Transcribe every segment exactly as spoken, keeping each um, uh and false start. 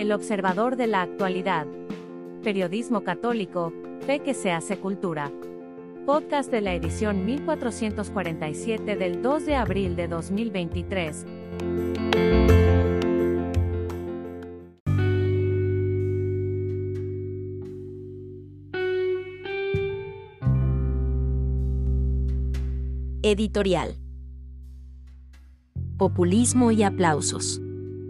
El observador de la actualidad. Periodismo católico, fe que se hace cultura. Podcast de la edición mil cuatrocientos cuarenta y siete del dos de abril de dos mil veintitrés. Editorial. Populismo y aplausos.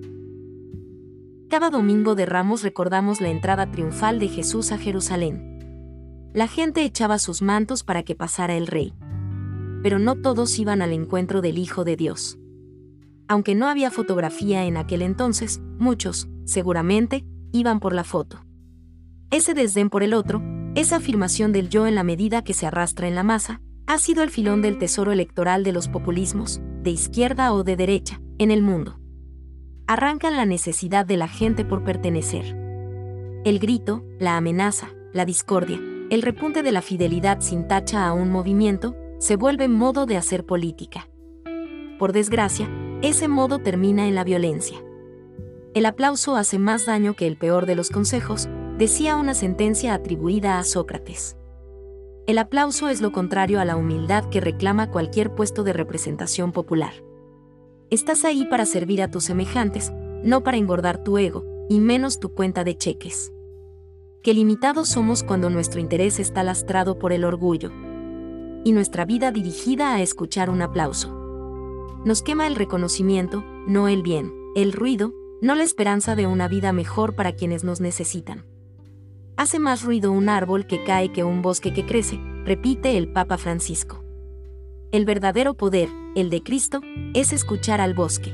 Cada domingo de Ramos recordamos la entrada triunfal de Jesús a Jerusalén. La gente echaba sus mantos para que pasara el rey. Pero no todos iban al encuentro del Hijo de Dios. Aunque no había fotografía en aquel entonces, muchos, seguramente, iban por la foto. Ese desdén por el otro, esa afirmación del yo en la medida que se arrastra en la masa, ha sido el filón del tesoro electoral de los populismos, de izquierda o de derecha, en el mundo. Arrancan la necesidad de la gente por pertenecer. El grito, la amenaza, la discordia, el repunte de la fidelidad sin tacha a un movimiento, se vuelve modo de hacer política. Por desgracia, ese modo termina en la violencia. El aplauso hace más daño que el peor de los consejos, decía una sentencia atribuida a Sócrates. El aplauso es lo contrario a la humildad que reclama cualquier puesto de representación popular. Estás ahí para servir a tus semejantes, no para engordar tu ego, y menos tu cuenta de cheques. Qué limitados somos cuando nuestro interés está lastrado por el orgullo. Y nuestra vida dirigida a escuchar un aplauso. Nos quema el reconocimiento, no el bien, el ruido, no la esperanza de una vida mejor para quienes nos necesitan. Hace más ruido un árbol que cae que un bosque que crece, repite el Papa Francisco. El verdadero poder, el de Cristo, es escuchar al bosque.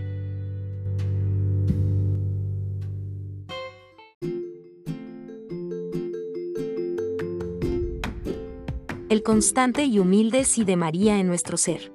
El constante y humilde sí de María en nuestro ser.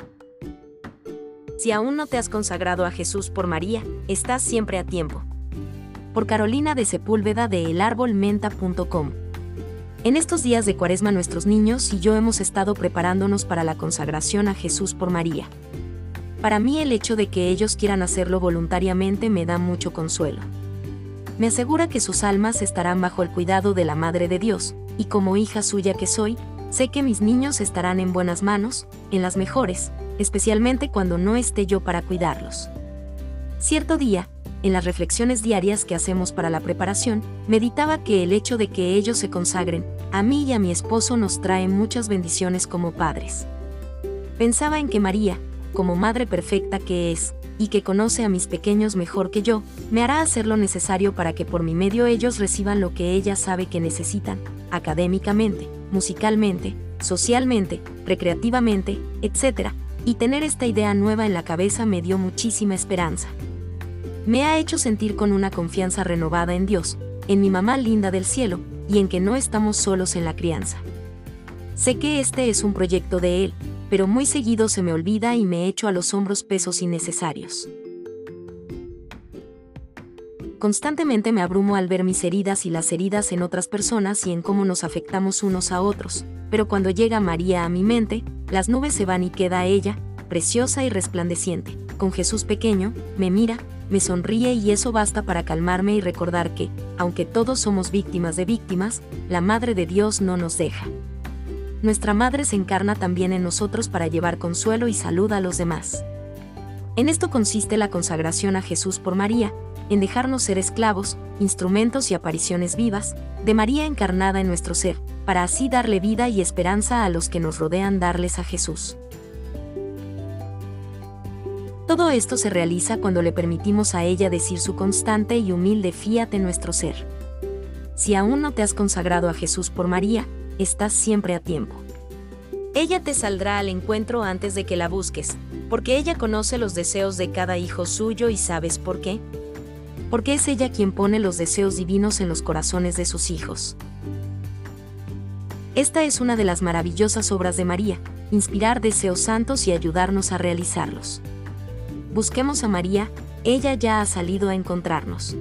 Si aún no te has consagrado a Jesús por María, estás siempre a tiempo. Por Carolina de Sepúlveda de el árbol menta punto com. En estos días de Cuaresma nuestros niños y yo hemos estado preparándonos para la consagración a Jesús por María. Para mí el hecho de que ellos quieran hacerlo voluntariamente me da mucho consuelo. Me asegura que sus almas estarán bajo el cuidado de la Madre de Dios, y como hija suya que soy, sé que mis niños estarán en buenas manos, en las mejores, especialmente cuando no esté yo para cuidarlos. Cierto día, en las reflexiones diarias que hacemos para la preparación, meditaba que el hecho de que ellos se consagren, a mí y a mi esposo nos trae muchas bendiciones como padres. Pensaba en que María, como madre perfecta que es, y que conoce a mis pequeños mejor que yo, me hará hacer lo necesario para que por mi medio ellos reciban lo que ella sabe que necesitan, académicamente, musicalmente, socialmente, recreativamente, etcétera, y tener esta idea nueva en la cabeza me dio muchísima esperanza. Me ha hecho sentir con una confianza renovada en Dios, en mi mamá linda del cielo, y en que no estamos solos en la crianza. Sé que este es un proyecto de Él, pero muy seguido se me olvida y me echo a los hombros pesos innecesarios. Constantemente me abrumo al ver mis heridas y las heridas en otras personas y en cómo nos afectamos unos a otros, pero cuando llega María a mi mente, las nubes se van y queda ella, preciosa y resplandeciente, con Jesús pequeño, me mira, me sonríe y eso basta para calmarme y recordar que, aunque todos somos víctimas de víctimas, la Madre de Dios no nos deja. Nuestra Madre se encarna también en nosotros para llevar consuelo y salud a los demás. En esto consiste la consagración a Jesús por María, en dejarnos ser esclavos, instrumentos y apariciones vivas, de María encarnada en nuestro ser, para así darle vida y esperanza a los que nos rodean, darles a Jesús. Todo esto se realiza cuando le permitimos a ella decir su constante y humilde fiat en nuestro ser. Si aún no te has consagrado a Jesús por María, estás siempre a tiempo. Ella te saldrá al encuentro antes de que la busques, porque ella conoce los deseos de cada hijo suyo y ¿sabes por qué? Porque es ella quien pone los deseos divinos en los corazones de sus hijos. Esta es una de las maravillosas obras de María, inspirar deseos santos y ayudarnos a realizarlos. Busquemos a María, ella ya ha salido a encontrarnos.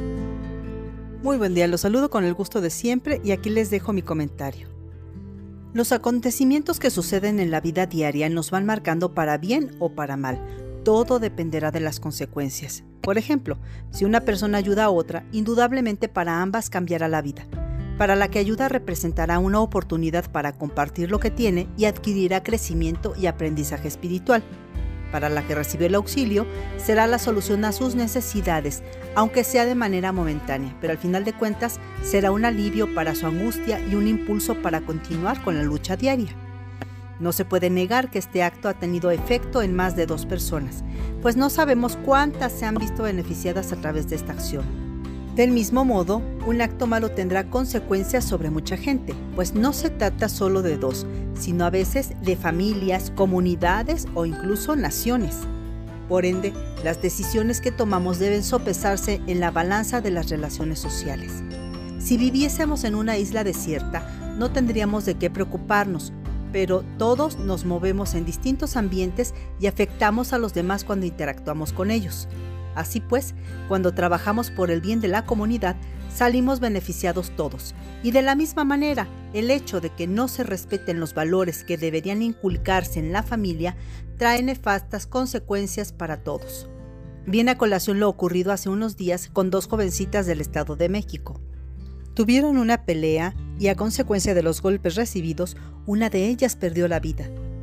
Muy buen día, los saludo con el gusto de siempre y aquí les dejo mi comentario. Los acontecimientos que suceden en la vida diaria nos van marcando para bien o para mal. Todo dependerá de las consecuencias. Por ejemplo, si una persona ayuda a otra, indudablemente para ambas cambiará la vida. Para la que ayuda representará una oportunidad para compartir lo que tiene y adquirirá crecimiento y aprendizaje espiritual. Para la que recibe el auxilio, será la solución a sus necesidades, aunque sea de manera momentánea, pero al final de cuentas será un alivio para su angustia y un impulso para continuar con la lucha diaria. No se puede negar que este acto ha tenido efecto en más de dos personas, pues no sabemos cuántas se han visto beneficiadas a través de esta acción. Del mismo modo, un acto malo tendrá consecuencias sobre mucha gente, pues no se trata solo de dos, sino a veces de familias, comunidades o incluso naciones. Por ende, las decisiones que tomamos deben sopesarse en la balanza de las relaciones sociales. Si viviésemos en una isla desierta, no tendríamos de qué preocuparnos, pero todos nos movemos en distintos ambientes y afectamos a los demás cuando interactuamos con ellos. Así pues, cuando trabajamos por el bien de la comunidad, salimos beneficiados todos. Y de la misma manera, el hecho de que no se respeten los valores que deberían inculcarse en la familia trae nefastas consecuencias para todos. Viene a colación lo ocurrido hace unos días con dos jovencitas del Estado de México. Tuvieron una pelea y a consecuencia de los golpes recibidos, una de ellas perdió la vida.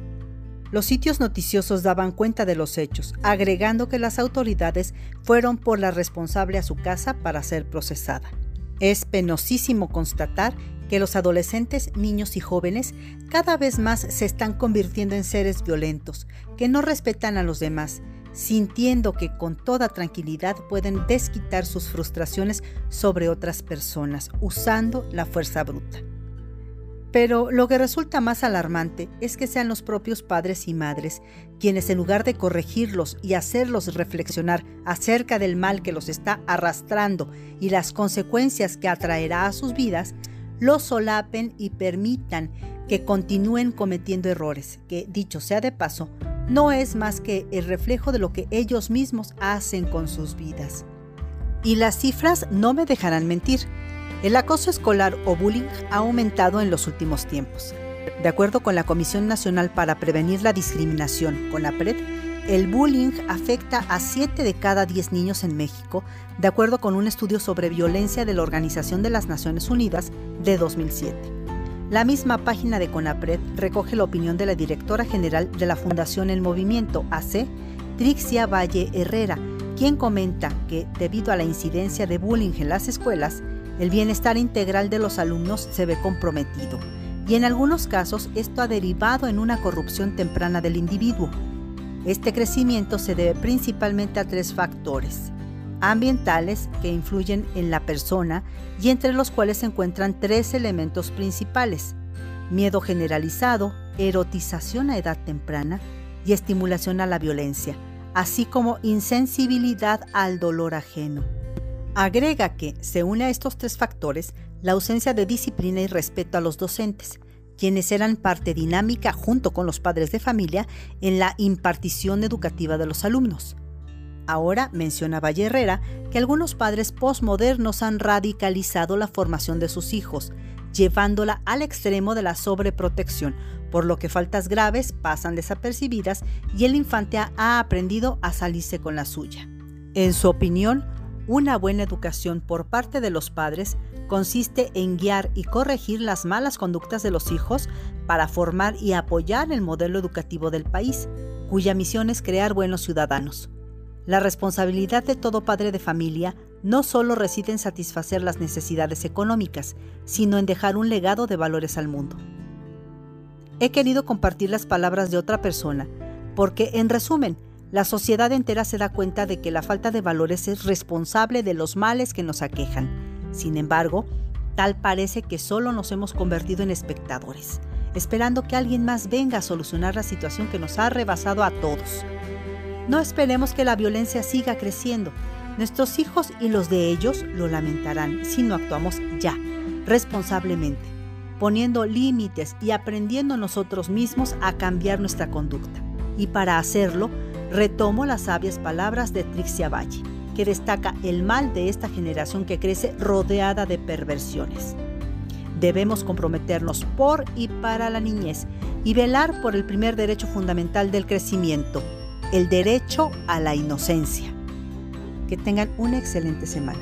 Los sitios noticiosos daban cuenta de los hechos, agregando que las autoridades fueron por la responsable a su casa para ser procesada. Es penosísimo constatar que los adolescentes, niños y jóvenes cada vez más se están convirtiendo en seres violentos, que no respetan a los demás, sintiendo que con toda tranquilidad pueden desquitar sus frustraciones sobre otras personas, usando la fuerza bruta. Pero lo que resulta más alarmante es que sean los propios padres y madres quienes, en lugar de corregirlos y hacerlos reflexionar acerca del mal que los está arrastrando y las consecuencias que atraerá a sus vidas, los solapen y permitan que continúen cometiendo errores, que, dicho sea de paso, no es más que el reflejo de lo que ellos mismos hacen con sus vidas. Y las cifras no me dejarán mentir. El acoso escolar o bullying ha aumentado en los últimos tiempos. De acuerdo con la Comisión Nacional para Prevenir la Discriminación, CONAPRED, el bullying afecta a siete de cada diez niños en México, de acuerdo con un estudio sobre violencia de la Organización de las Naciones Unidas de dos mil siete. La misma página de CONAPRED recoge la opinión de la directora general de la Fundación El Movimiento A C, Trixia Valle Herrera, quien comenta que, debido a la incidencia de bullying en las escuelas, el bienestar integral de los alumnos se ve comprometido, y en algunos casos esto ha derivado en una corrupción temprana del individuo. Este crecimiento se debe principalmente a tres factores ambientales que influyen en la persona y entre los cuales se encuentran tres elementos principales: miedo generalizado, erotización a edad temprana y estimulación a la violencia, así como insensibilidad al dolor ajeno. Agrega que, se une a estos tres factores, la ausencia de disciplina y respeto a los docentes, quienes eran parte dinámica junto con los padres de familia en la impartición educativa de los alumnos. Ahora menciona Valle Herrera que algunos padres posmodernos han radicalizado la formación de sus hijos, llevándola al extremo de la sobreprotección, por lo que faltas graves pasan desapercibidas y el infante ha aprendido a salirse con la suya. En su opinión, una buena educación por parte de los padres consiste en guiar y corregir las malas conductas de los hijos para formar y apoyar el modelo educativo del país, cuya misión es crear buenos ciudadanos. La responsabilidad de todo padre de familia no solo reside en satisfacer las necesidades económicas, sino en dejar un legado de valores al mundo. He querido compartir las palabras de otra persona, porque, en resumen, la sociedad entera se da cuenta de que la falta de valores es responsable de los males que nos aquejan. Sin embargo, tal parece que solo nos hemos convertido en espectadores, esperando que alguien más venga a solucionar la situación que nos ha rebasado a todos. No esperemos que la violencia siga creciendo. Nuestros hijos y los de ellos lo lamentarán si no actuamos ya, responsablemente, poniendo límites y aprendiendo nosotros mismos a cambiar nuestra conducta. Y para hacerlo, retomo las sabias palabras de Trixia Valle, que destaca el mal de esta generación que crece rodeada de perversiones. Debemos comprometernos por y para la niñez y velar por el primer derecho fundamental del crecimiento, el derecho a la inocencia. Que tengan una excelente semana.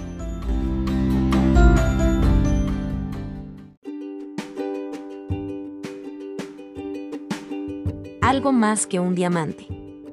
Algo más que un diamante.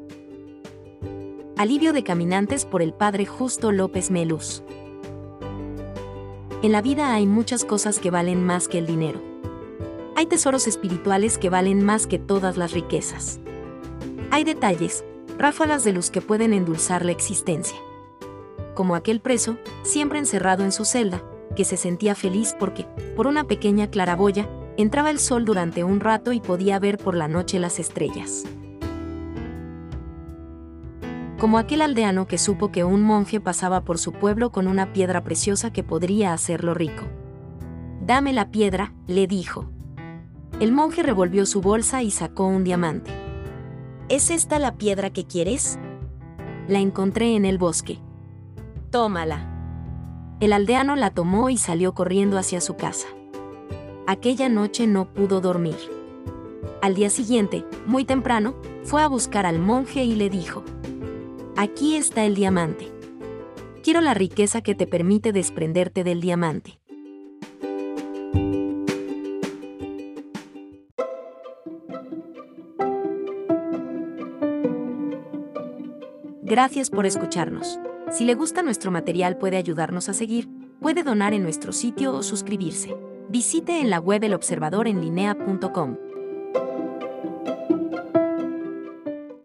Alivio de caminantes por el padre Justo López Melús. En la vida hay muchas cosas que valen más que el dinero. Hay tesoros espirituales que valen más que todas las riquezas. Hay detalles, ráfagas de luz que pueden endulzar la existencia. Como aquel preso, siempre encerrado en su celda, que se sentía feliz porque, por una pequeña claraboya, entraba el sol durante un rato y podía ver por la noche las estrellas. Como aquel aldeano que supo que un monje pasaba por su pueblo con una piedra preciosa que podría hacerlo rico. «Dame la piedra», le dijo. El monje revolvió su bolsa y sacó un diamante. «¿Es esta la piedra que quieres?» «La encontré en el bosque». «Tómala». El aldeano la tomó y salió corriendo hacia su casa. Aquella noche no pudo dormir. Al día siguiente, muy temprano, fue a buscar al monje y le dijo: «Aquí está el diamante. Quiero la riqueza que te permite desprenderte del diamante». Gracias por escucharnos. Si le gusta nuestro material, puede ayudarnos a seguir, puede donar en nuestro sitio o suscribirse. Visite en la web el observador en linea punto com.